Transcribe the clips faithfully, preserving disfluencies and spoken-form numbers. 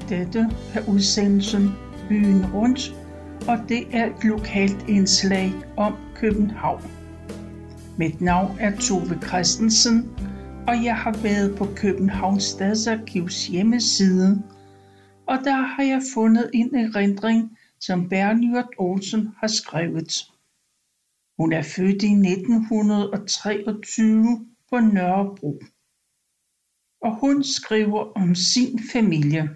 Dette er udsendelsen Byen Rundt, og det er et lokalt indslag om København. Mit navn er Tove Christensen, og jeg har været på Københavns Stadsarkivs hjemmeside, og der har jeg fundet en erindring, som Bergljot Olsen har skrevet. Hun er født i nitten treogtyve på Nørrebro, og hun skriver om sin familie.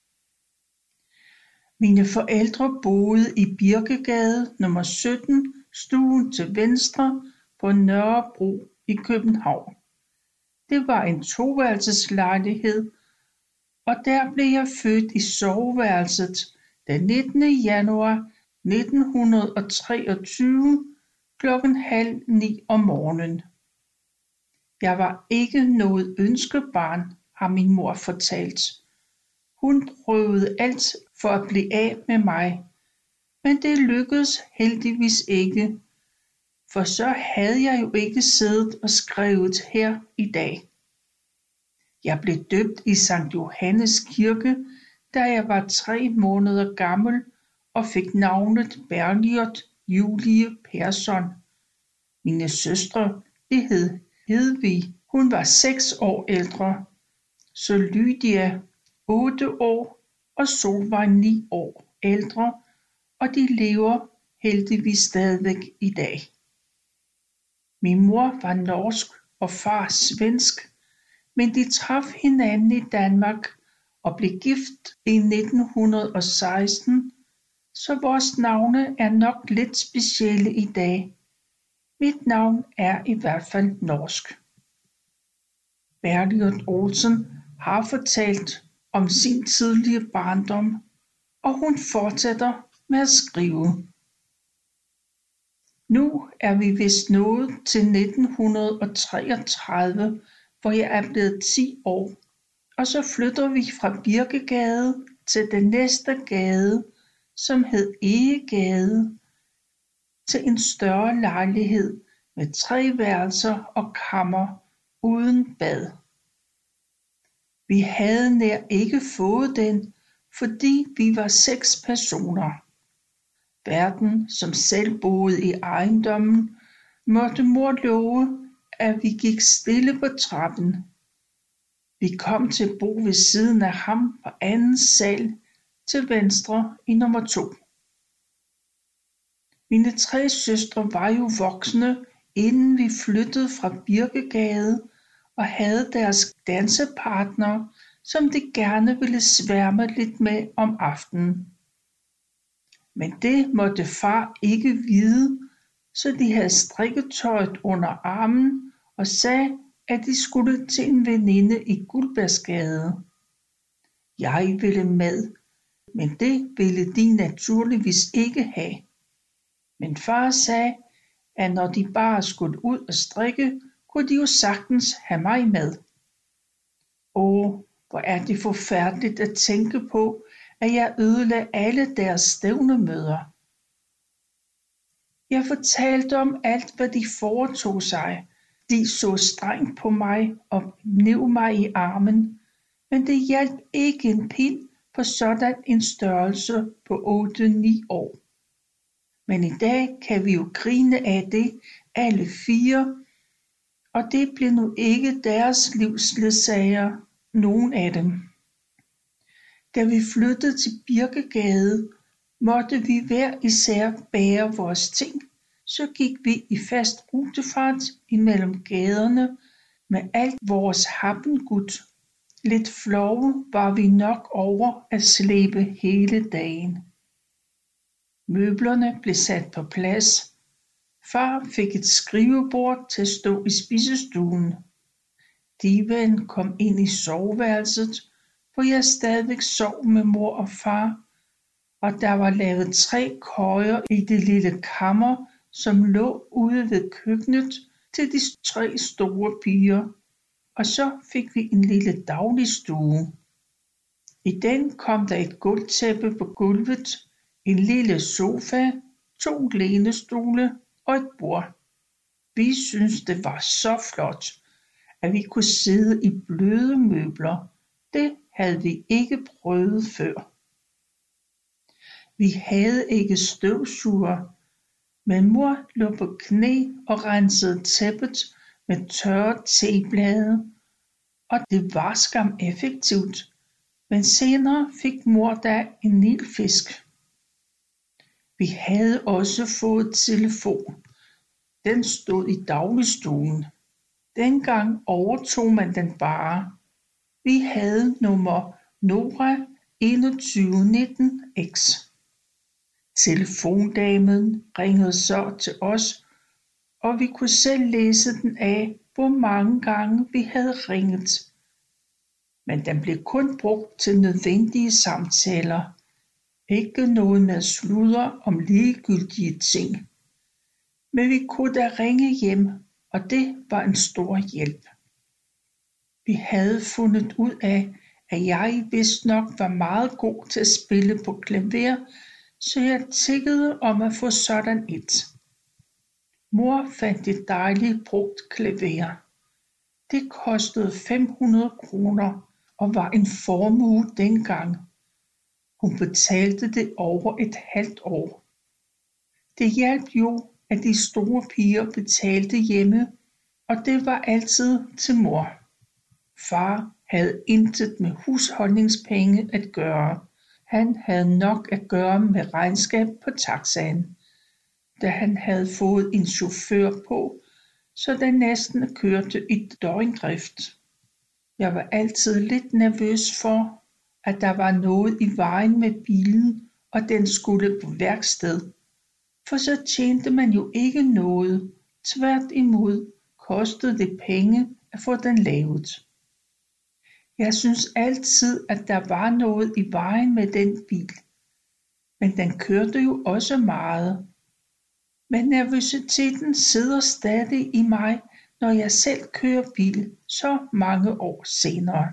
Mine forældre boede i Birkegade nummer sytten, stuen til venstre på Nørrebro i København. Det var en toværelseslejlighed, og der blev jeg født i soveværelset den nittende januar nitten treogtyve klokken halv ni om morgenen. Jeg var ikke noget ønskebarn, har min mor fortalt. Hun prøvede alt for at blive af med mig, men det lykkedes heldigvis ikke, for så havde jeg jo ikke siddet og skrevet her i dag. Jeg blev døbt i Sankt Johannes Kirke, da jeg var tre måneder gammel og fik navnet Bergljot Julie Persson. Mine søstre, det hed Hedvig, hun var seks år ældre, så Lydia otte år og Solvej ni år ældre, og de lever heldigvis stadigvæk i dag. Min mor var norsk og far svensk, men de traf hinanden i Danmark og blev gift i nitten seksten, så vores navne er nok lidt specielle i dag. Mit navn er i hvert fald norsk. Bergljot Olsen har fortalt om sin tidlige barndom, og hun fortsætter med at skrive. Nu er vi vist nået til nitten treogtredive, hvor jeg er blevet ti år, og så flytter vi fra Birkegade til den næste gade, som hed Egegade, til en større lejlighed med tre værelser og kammer uden bad. Vi havde nær ikke fået den, fordi vi var seks personer. Værten, som selv boede i ejendommen, måtte mor love, at vi gik stille på trappen. Vi kom til at bo ved siden af ham på anden sal til venstre i nummer to. Mine tre søstre var jo voksne, inden vi flyttede fra Birkegade, og havde deres dansepartnere, som de gerne ville sværme lidt med om aftenen. Men det måtte far ikke vide, så de havde strikketøjet under armen og sagde, at de skulle til en veninde i Guldbergsgade. Jeg ville med, men det ville de naturligvis ikke have. Men far sagde, at når de bare skulle ud og strikke, kunne de jo sagtens have mig med. Åh, hvor er det forfærdeligt at tænke på, at jeg ødelagde alle deres stævnemøder. Jeg fortalte om alt, hvad de foretog sig. De så strengt på mig og nev mig i armen, men det hjalp ikke en pind på sådan en størrelse på otte ni år. Men i dag kan vi jo grine af det, alle fire, og det blev nu ikke deres livsledsager, nogen af dem. Da vi flyttede til Birkegade, måtte vi hver især bære vores ting, så gik vi i fast rutefart imellem gaderne med alt vores happengud. Lidt flove var vi nok over at slæbe hele dagen. Møblerne blev sat på plads. Far fik et skrivebord til at stå i spisestuen. Divaen kom ind i soveværelset, hvor jeg stadigvæk sov med mor og far, og der var lavet tre køjer i det lille kammer, som lå ude ved køkkenet til de tre store piger, og så fik vi en lille dagligstue. I den kom der et gulvtæppe på gulvet, en lille sofa, to lænestole og et bord. Vi syntes, det var så flot, at vi kunne sidde i bløde møbler. Det havde vi ikke prøvet før. Vi havde ikke støvsuger, men mor lå på knæ og rensede tæppet med tørre teblade, og det var skam effektivt, men senere fik mor da en nilfisk. Vi havde også fået telefon. Den stod i dagligstuen. Dengang overtog man den bare. Vi havde nummer Nora enogtyve nitten X. Telefondamen ringede så til os, og vi kunne selv læse den af, hvor mange gange vi havde ringet. Men den blev kun brugt til nødvendige samtaler. Ikke noget med sludder om ligegyldige ting. Men vi kunne da ringe hjem, og det var en stor hjælp. Vi havde fundet ud af, at jeg vist nok var meget god til at spille på klaver, så jeg tiggede om at få sådan et. Mor fandt et dejligt brugt klaver. Det kostede fem hundrede kroner og var en formue dengang. Hun betalte det over et halvt år. Det hjalp jo, at de store piger betalte hjemme, og det var altid til mor. Far havde intet med husholdningspenge at gøre. Han havde nok at gøre med regnskab på taxaen, da han havde fået en chauffør på, så den næsten kørte i døgndrift. Jeg var altid lidt nervøs for, at der var noget i vejen med bilen, og den skulle på værksted. For så tjente man jo ikke noget. Tværtimod kostede det penge at få den lavet. Jeg synes altid, at der var noget i vejen med den bil. Men den kørte jo også meget. Men nervøsiteten sidder stadig i mig, når jeg selv kører bil så mange år senere.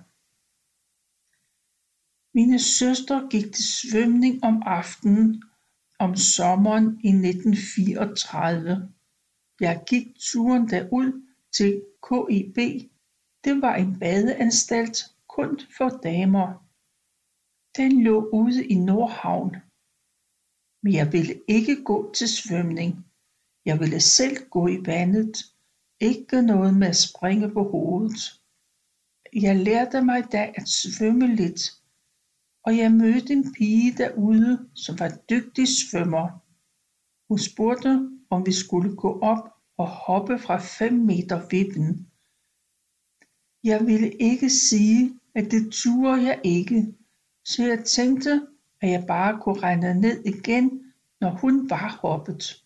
Mine søstre gik til svømning om aftenen om sommeren i nitten fireogtredive. Jeg gik turen derud til K I B. Det var en badeanstalt kun for damer. Den lå ude i Nordhavn. Men jeg ville ikke gå til svømning. Jeg ville selv gå i vandet. Ikke noget med at springe på hovedet. Jeg lærte mig da at svømme lidt, og jeg mødte en pige derude, som var dygtig svømmer. Hun spurgte, om vi skulle gå op og hoppe fra fem meter vippen. Jeg ville ikke sige, at det turde jeg ikke, så jeg tænkte, at jeg bare kunne rende ned igen, når hun var hoppet.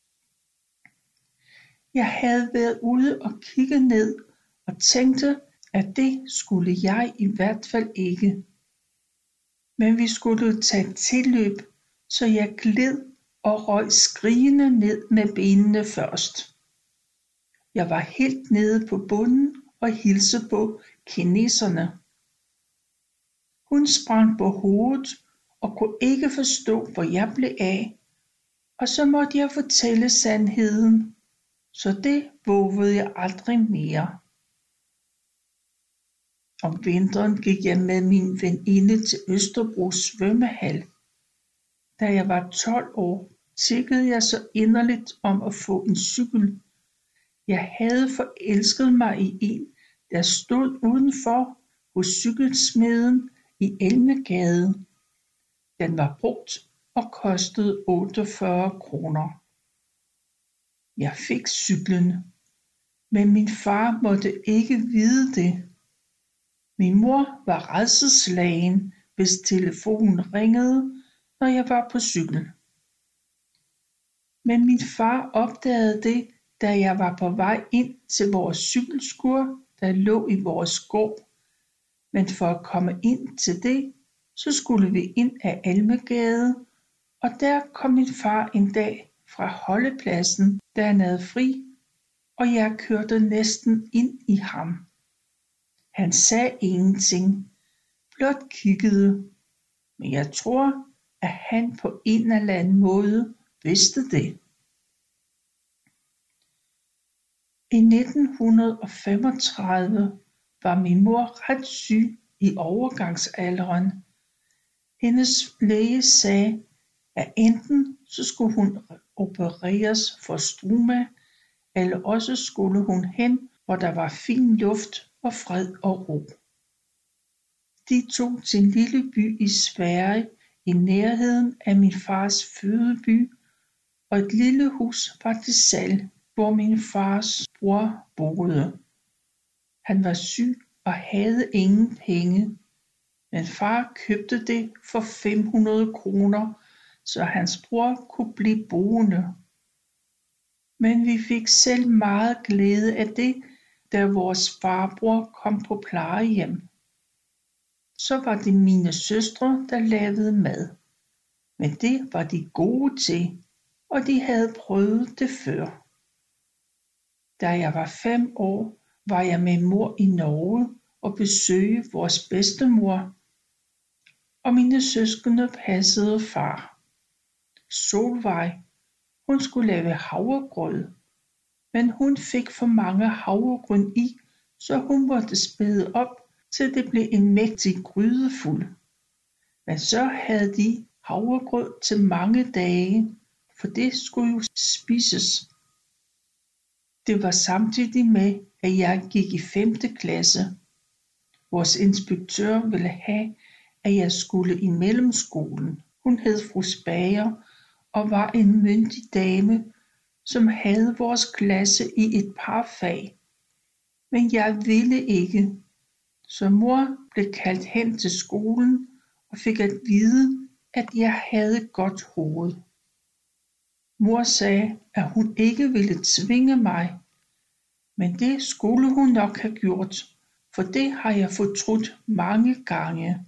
Jeg havde været ude og kigge ned og tænkte, at det skulle jeg i hvert fald ikke. Men vi skulle tage tilløb, så jeg gled og røg skrigende ned med benene først. Jeg var helt nede på bunden og hilste på kineserne. Hun sprang på hovedet og kunne ikke forstå, hvor jeg blev af, og så måtte jeg fortælle sandheden, så det vågede jeg aldrig mere. Om vinteren gik jeg med min veninde til Østerbro svømmehal. Da jeg var tolv år, tiggede jeg så inderligt om at få en cykel. Jeg havde forelsket mig i en, der stod udenfor hos cykelsmeden i Elmegade. Den var brugt og kostede otteogfyrre kroner. Jeg fik cyklen, men min far måtte ikke vide det. Min mor var rædselsslagen, hvis telefonen ringede, når jeg var på cykel. Men min far opdagede det, da jeg var på vej ind til vores cykelskur, der lå i vores gård. Men for at komme ind til det, så skulle vi ind af Almegade, og der kom min far en dag fra holdepladsen, da han havde fri, og jeg kørte næsten ind i ham. Han sagde ingenting, blot kiggede, men jeg tror, at han på en eller anden måde vidste det. I nitten femogtredive var min mor ret syg i overgangsalderen. Hendes læge sagde, at enten så skulle hun opereres for struma, eller også skulle hun hen, hvor der var fin luft og fred og ro. De tog til en lille by i Sverige i nærheden af min fars fødeby, og et lille hus var til salg, hvor min fars bror boede. Han var syg og havde ingen penge, men far købte det for fem hundrede kroner, så hans bror kunne blive boende. Men vi fik selv meget glæde af det, da vores farbror kom på plejehjem. Så var det mine søstre, der lavede mad. Men det var de gode til, og de havde prøvet det før. Da jeg var fem år, var jeg med mor i Norge og besøgte vores bedstemor, og mine søskende passede far. Solvej, hun skulle lave havregrød, men hun fik for mange havregryn i, så hun måtte spæde op, til det blev en mægtig gryde fuld. Men så havde de havregrød til mange dage, for det skulle jo spises. Det var samtidig med, at jeg gik i femte klasse. Vores inspektør ville have, at jeg skulle i mellemskolen. Hun hed fru Spager og var en myndig dame, som havde vores klasse i et par fag. Men jeg ville ikke, så mor blev kaldt hen til skolen og fik at vide, at jeg havde godt hoved. Mor sagde, at hun ikke ville tvinge mig, men det skulle hun nok have gjort, for det har jeg fortrudt mange gange.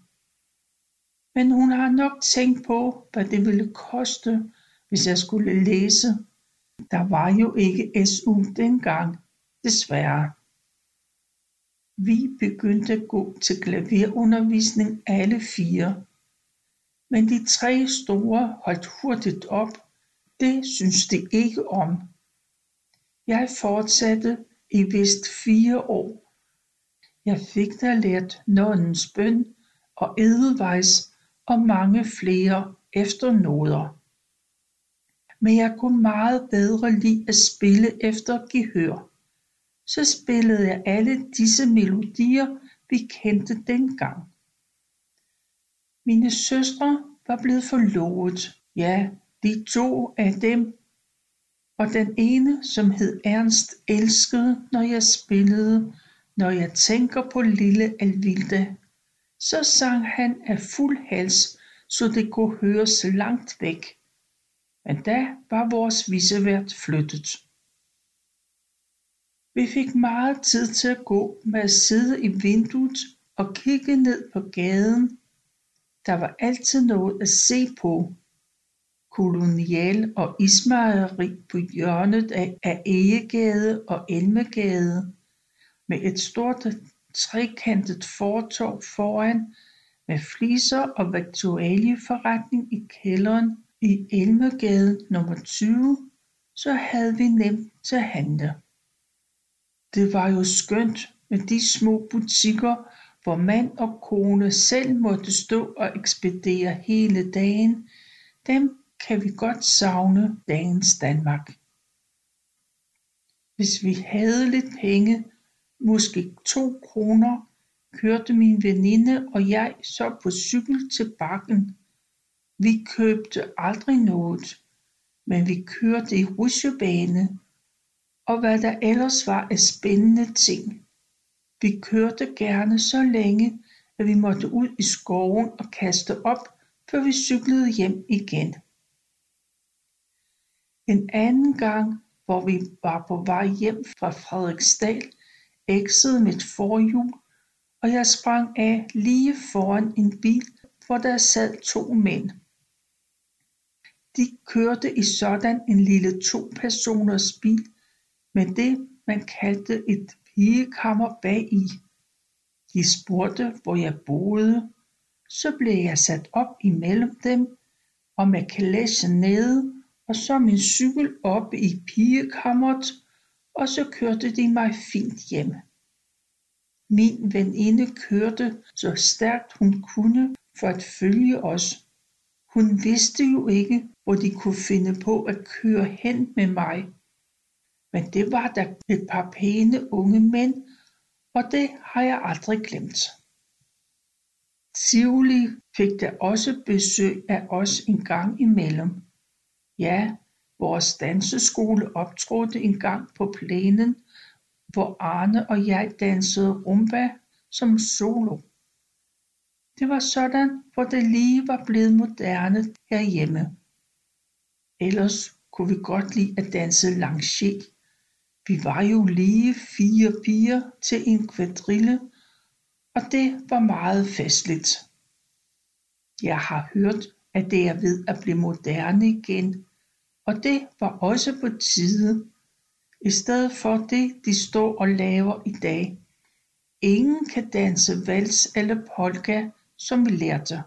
Men hun har nok tænkt på, hvad det ville koste, hvis jeg skulle læse. Der var jo ikke S U dengang, desværre. Vi begyndte at gå til klaverundervisning alle fire, men de tre store holdt hurtigt op. Det synes de ikke om. Jeg fortsatte i vist fire år. Jeg fik da lært nonnens bøn og edelweiss og mange flere efternoder. Men jeg kunne meget bedre lide at spille efter gehør. Så spillede jeg alle disse melodier, vi kendte dengang. Mine søstre var blevet forlovet. Ja, de to af dem, og den ene, som hed Ernst, elskede, når jeg spillede. Når jeg tænker på lille Alvilda, så sang han af fuld hals, så det kunne høres langt væk. Men da var vores vicevært flyttet. Vi fik meget tid til at gå med at sidde i vinduet og kigge ned på gaden. Der var altid noget at se på. Kolonial og ismejeri på hjørnet af Egegade og Elmegade, med et stort trekantet fortov foran, med fliser og viktualieforretning i kælderen i Elmegade nummer tyve, så havde vi nemt til at handle. Det var jo skønt med de små butikker, hvor mand og kone selv måtte stå og ekspedere hele dagen. Dem kan vi godt savne dagens Danmark. Hvis vi havde lidt penge, måske to kroner, kørte min veninde og jeg så på cykel til Bakken. Vi købte aldrig noget, men vi kørte i rutsjebane, og hvad der ellers var af spændende ting. Vi kørte gerne så længe, at vi måtte ud i skoven og kaste op, før vi cyklede hjem igen. En anden gang, hvor vi var på vej hjem fra Frederiksdal, eksede mit forhjul, og jeg sprang af lige foran en bil, hvor der sad to mænd. De kørte i sådan en lille to-personers bil, med det man kaldte et pigekammer bagi. De spurgte, hvor jeg boede. Så blev jeg sat op imellem dem, og med kalechen nede, og så min cykel oppe i pigekammeret, og så kørte de mig fint hjem. Min veninde kørte så stærkt hun kunne for at følge os. Hun vidste jo ikke, hvor de kunne finde på at køre hen med mig. Men det var da et par pæne unge mænd, og det har jeg aldrig glemt. Tivoli fik da også besøg af os en gang imellem. Ja, vores danseskole optrådte en gang på plænen, hvor Arne og jeg dansede rumba som solo. Det var sådan, hvor det lige var blevet moderne herhjemme. Ellers kunne vi godt lide at danse lancier. Vi var jo lige fire piger til en kvadrille, og det var meget festligt. Jeg har hørt, at det er ved at blive moderne igen, og det var også på tide, i stedet for det, de står og laver i dag. Ingen kan danse vals eller polka, som vi lærte.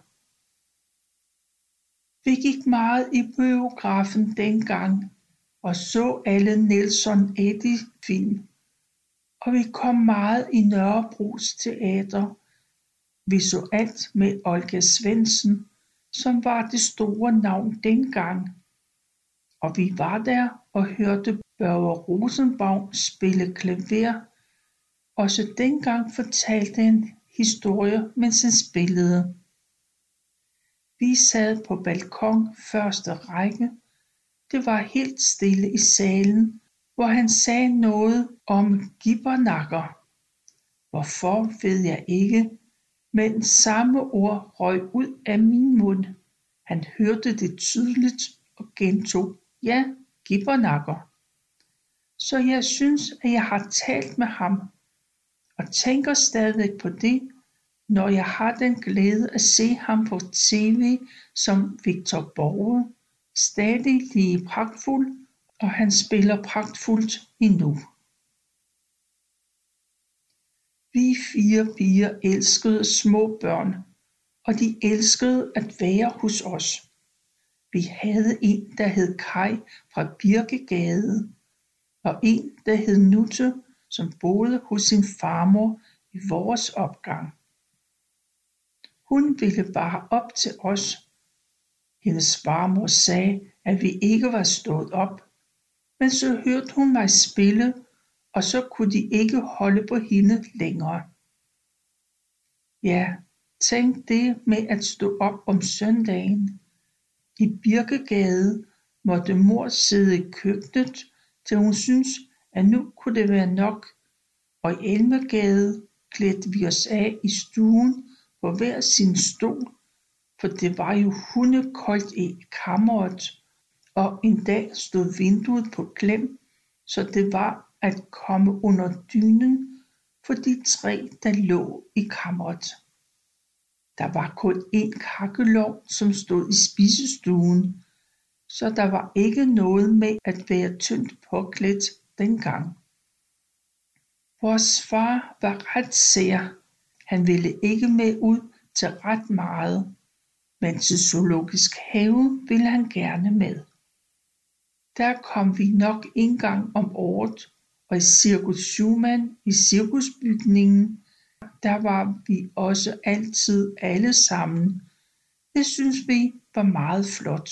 Vi gik meget i biografen dengang og så alle Nelson Eddy film, og vi kom meget i Nørrebros teater. Vi så alt med Olga Svendsen, som var det store navn dengang, og vi var der og hørte Børge Rosenbaum spille klaver. Også dengang fortalte en historie, mens han spillede. Vi sad på balkon første række. Det var helt stille i salen, hvor han sagde noget om gibbernakker. Hvorfor ved jeg ikke, men samme ord røg ud af min mund. Han hørte det tydeligt og gentog, ja, gibbernakker. Så jeg synes, at jeg har talt med ham, og tænker stadig på det, når jeg har den glæde at se ham på tv som Victor Borge, stadig lige pragtfuld, og han spiller pragtfuldt endnu. Vi fire piger elskede små børn, og de elskede at være hos os. Vi havde en, der hed Kai fra Birkegade, og en, der hed Nutte, som boede hos sin farmor i vores opgang. Hun ville bare op til os. Hendes farmor sagde, at vi ikke var stået op, men så hørte hun mig spille, og så kunne de ikke holde på hende længere. Ja, tænk det med at stå op om søndagen. I Birkegade måtte mor sidde i køkkenet, til hun syntes, at nu kunne det være nok, og i Elmegade klædte vi os af i stuen på hver sin stol, for det var jo hundekoldt i kammeret, og en dag stod vinduet på klem, så det var at komme under dynen for de tre, der lå i kammeret. Der var kun en kakkelovn, som stod i spisestuen, så der var ikke noget med at være tyndt påklædt dengang. Vores far var ret sær. Han ville ikke med ud til ret meget, men til zoologisk have ville han gerne med. Der kom vi nok en gang om året, og i Cirkus Schumann i cirkusbygningen, der var vi også altid alle sammen. Det synes vi var meget flot.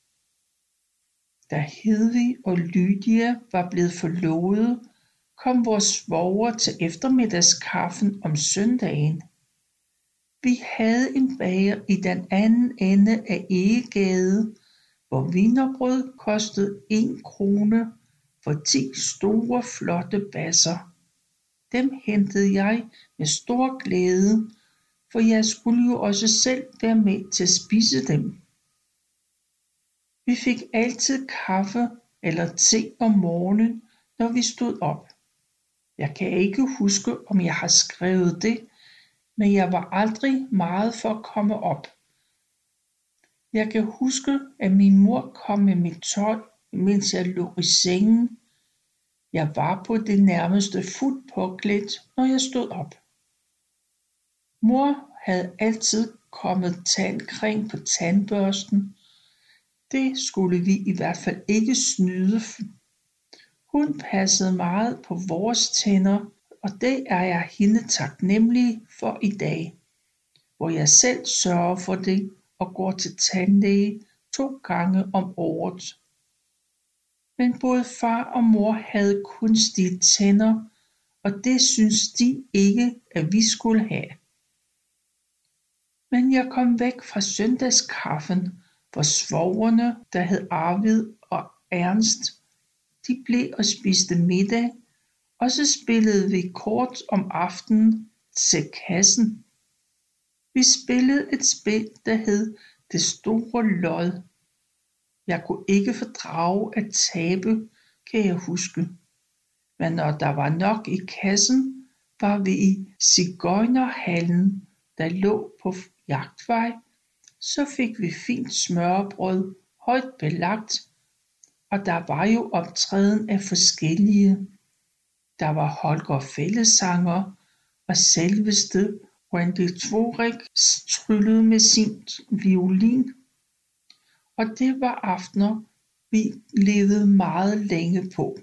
Da Hedvig og Lydia var blevet forlovet, kom vores svoger til eftermiddagskaffen om søndagen. Vi havde en bager i den anden ende af Egegade, hvor wienerbrød kostede en krone for ti store flotte basser. Dem hentede jeg med stor glæde, for jeg skulle jo også selv være med til at spise dem. Vi fik altid kaffe eller te om morgenen, når vi stod op. Jeg kan ikke huske, om jeg har skrevet det, men jeg var aldrig meget for at komme op. Jeg kan huske, at min mor kom med mit tøj, mens jeg lå i sengen. Jeg var på det nærmeste fuldt påklædt, når jeg stod op. Mor havde altid kommet tandcreme på tandbørsten. Det skulle vi i hvert fald ikke snyde. Hun passede meget på vores tænder, og det er jeg hende taknemmelig for i dag, hvor jeg selv sørger for det og går til tandlæge to gange om året. Men både far og mor havde kunstige tænder, og det synes de ikke, at vi skulle have. Men jeg kom væk fra søndagskaffen, hvor svogerne, der hed Arvid og Ernst, de blev og spiste middag, og så spillede vi kort om aftenen til kassen. Vi spillede et spil, der hed Det Store Lod. Jeg kunne ikke fordrage at tabe, kan jeg huske. Men når der var nok i kassen, var vi i Sigøjnerhallen, der lå på Jagtvej. Så fik vi fint smørrebrød, højt belagt, og der var jo optræden af forskellige. Der var Holger Fællesanger, og selveste Wendy Tvorik tryllede med sin violin. Og det var aftener, vi levede meget længe på.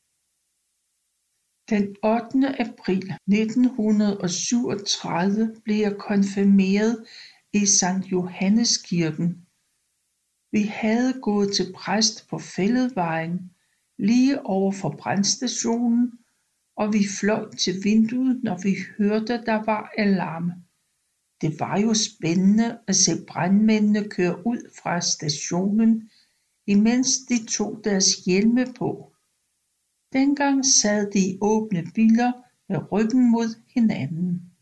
Den ottende april nitten syvogtredive blev jeg konfirmeret i Sankt Johanneskirken. Vi havde gået til præst på Fælledvejen, lige over for brandstationen, og vi fløj til vinduet, når vi hørte, der var alarm. Det var jo spændende at se brandmændene køre ud fra stationen, imens de tog deres hjelme på. Dengang sad de i åbne biler med ryggen mod hinanden.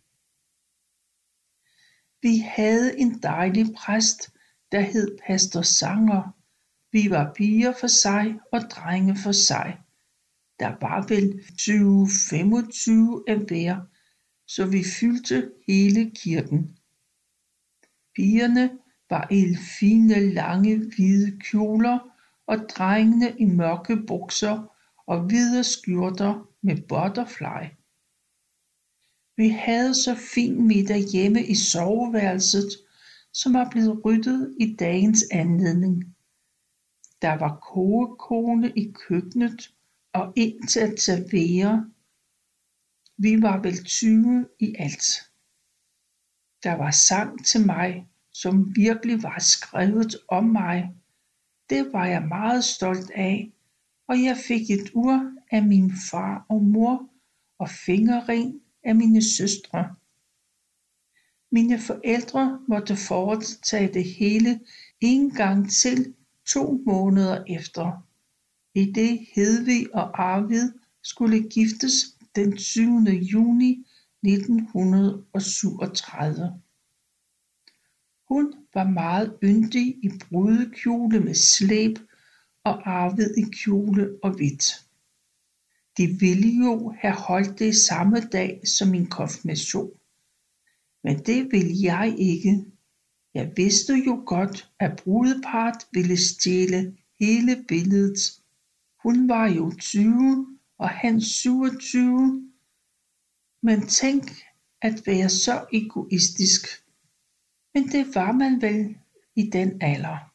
Vi havde en dejlig præst, der hed Pastor Sanger. Vi var piger for sig og drenge for sig. Der var vel tyve til femogtyve af hver, så vi fyldte hele kirken. Pigerne var i fine lange hvide kjoler, og drengene i mørke bukser og hvide skjorter med butterfly. Vi havde så fin middag hjemme i soveværelset, som var blevet ryddet i dagens anledning. Der var kogekone i køkkenet og en til at servere. Vi var vel tyve i alt. Der var sang til mig, som virkelig var skrevet om mig. Det var jeg meget stolt af, og jeg fik et ur af min far og mor og fingerring af mine søstre. Mine forældre måtte foretage det hele en gang til to måneder efter, i det Hedvig og Arvid skulle giftes den syvende juni nitten syvogtredive. Hun var meget yndig i brudekjole med slæb og Arvid i kjole og hvidt. De ville jo have holdt det samme dag som min konfirmation. Men det ville jeg ikke. Jeg vidste jo godt, at brudeparret ville stjæle hele billedet. Hun var jo tyve, og han syvogtyve. Men tænk at være så egoistisk. Men det var man vel i den alder.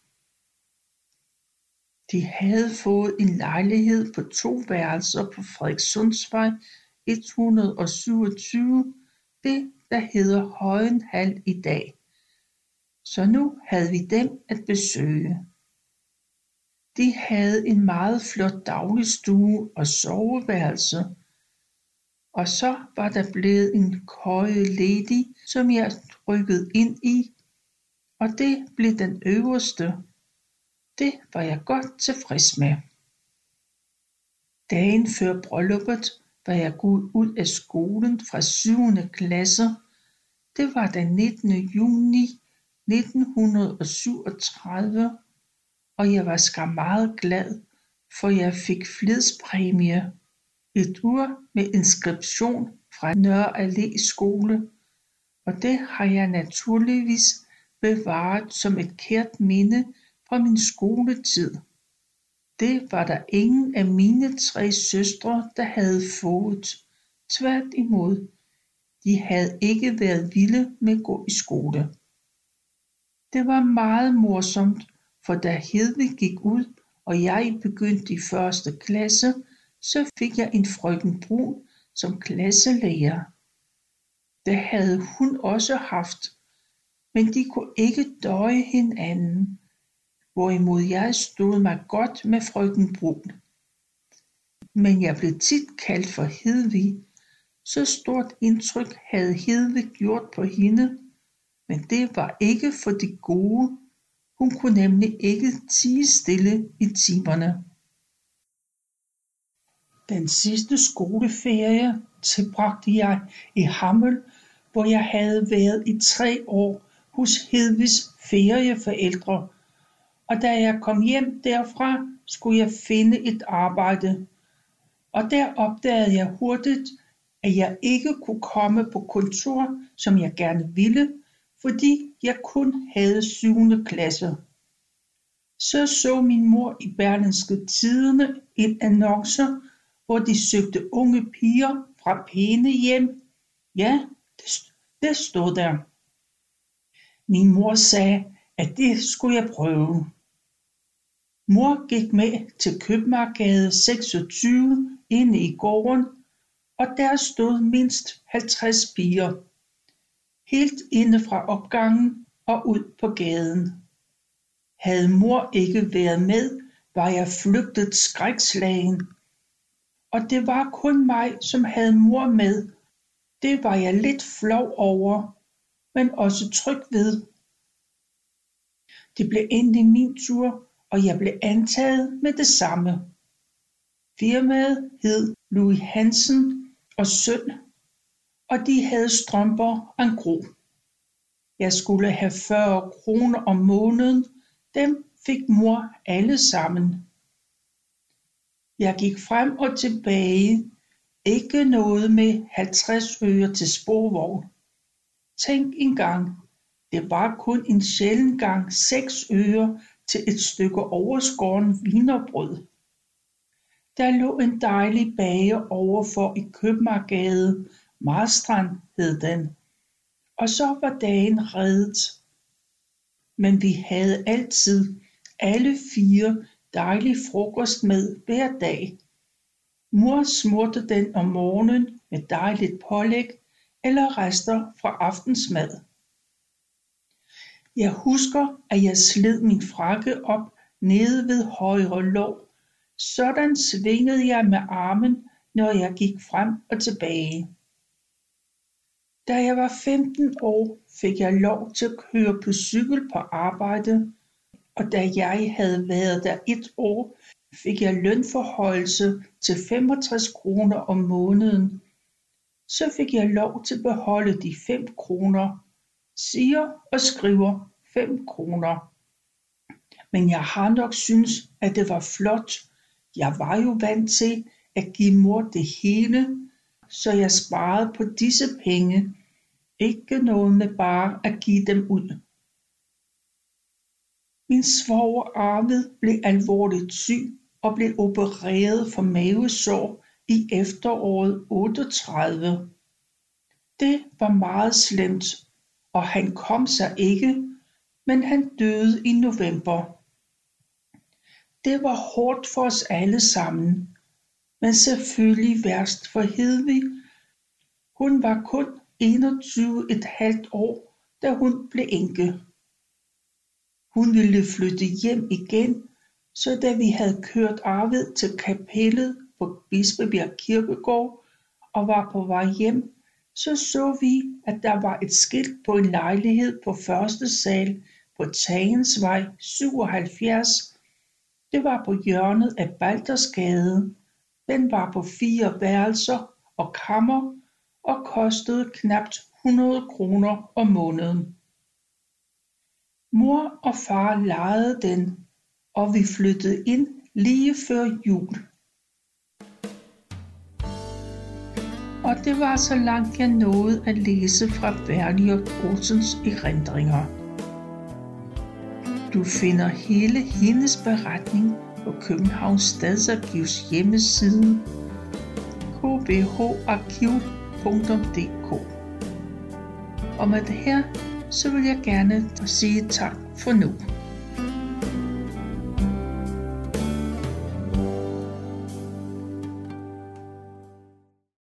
De havde fået en lejlighed på to værelser på Frederikssundsvej et hundrede og syvogtyve, det der hedder Højenhal i dag. Så nu havde vi dem at besøge. De havde en meget flot dagligstue og soveværelse, og så var der blevet en køje ledig, som jeg rykkede ind i, og det blev den øverste. Det var jeg godt tilfreds med. Dagen før brylluppet var jeg gået ud af skolen fra syvende klasse. Det var den nittende juni nitten syvogtredive, og jeg var skam meget glad, for jeg fik flidspræmie, et ur med inskription fra Nørre Allé skole, og det har jeg naturligvis bevaret som et kært minde fra min skoletid. Det var der ingen af mine tre søstre, der havde fået. Tværtimod, de havde ikke været vilde med at gå i skole. Det var meget morsomt, for da Hedvig gik ud, og jeg begyndte i første klasse, så fik jeg en frøken Brun, som klasselærer. Det havde hun også haft, men de kunne ikke døje hinanden, hvorimod jeg stod mig godt med frøken Brun. Men jeg blev tit kaldt for Hedvig. Så stort indtryk havde Hedvig gjort på hende, men det var ikke for det gode. Hun kunne nemlig ikke tie stille i timerne. Den sidste skoleferie tilbragte jeg i Hammel, hvor jeg havde været i tre år hos Hedvigs ferieforældre, og da jeg kom hjem derfra, skulle jeg finde et arbejde. Og der opdagede jeg hurtigt, at jeg ikke kunne komme på kontor, som jeg gerne ville, fordi jeg kun havde syvende klasse. Så så min mor i Berlingske Tidende en annonce, hvor de søgte unge piger fra pæne hjem. Ja, det, det stod der. Min mor sagde, at det skulle jeg prøve. Mor gik med til Købmagergade seksogtyve inde i gården, og der stod mindst halvtreds piger, helt inde fra opgangen og ud på gaden. Havde mor ikke været med, var jeg flygtet skrækslagen, og det var kun mig, som havde mor med. Det var jeg lidt flov over, men også tryg ved. Det blev endelig min tur, og jeg blev antaget med det samme. Firmaet hed Louis Hansen og Søn, og de havde strømper en gro. Jeg skulle have fyrre kroner om måneden, dem fik mor alle sammen. Jeg gik frem og tilbage, ikke noget med halvtreds øre til sporvogn. Tænk engang, det var kun en sjælden gang seks øre til et stykke overskåren wienerbrød. Der lå en dejlig bager overfor i Købmagergade, Marstrand hed den, og så var dagen reddet. Men vi havde altid alle fire dejlig frokost med hver dag. Mor smurte den om morgenen med dejligt pålæg eller rester fra aftensmad. Jeg husker, at jeg sled min frakke op nede ved højre lår. Sådan svingede jeg med armen, når jeg gik frem og tilbage. Da jeg var femten år, fik jeg lov til at køre på cykel på arbejde, og da jeg havde været der et år, fik jeg lønforhøjelse til femogtres kroner om måneden. Så fik jeg lov til at beholde de fem kroner, siger og skriver fem kroner. Men jeg har nok syntes, at det var flot. Jeg var jo vant til at give mor det hele, så jeg sparede på disse penge. Ikke noget med bare at give dem ud. Min svoger Arvid blev alvorligt syg og blev opereret for mavesår i efteråret otteogtredive. Det var meget slemt, og han kom sig ikke, men han døde i november. Det var hårdt for os alle sammen, men selvfølgelig værst for Hedvig. Hun var kun enogtyve et halvt år, da hun blev enke. Hun ville flytte hjem igen, så da vi havde kørt Arvid til kapellet på Bispebjerg Kirkegård og var på vej hjem, så så vi, at der var et skilt på en lejlighed på første sal på Tagensvej syvoghalvfjerds. Det var på hjørnet af Baldersgade. Den var på fire værelser og kammer og kostede knapt hundrede kroner om måneden. Mor og far lejede den, og vi flyttede ind lige før jul. Og det var så langt jeg nåede at læse fra Berliot Olsens erindringer. Du finder hele hendes beretning på Københavns Stadsarkivs hjemmeside k b h arkiv punktum d k. Og med det her, så vil jeg gerne sige tak for nu.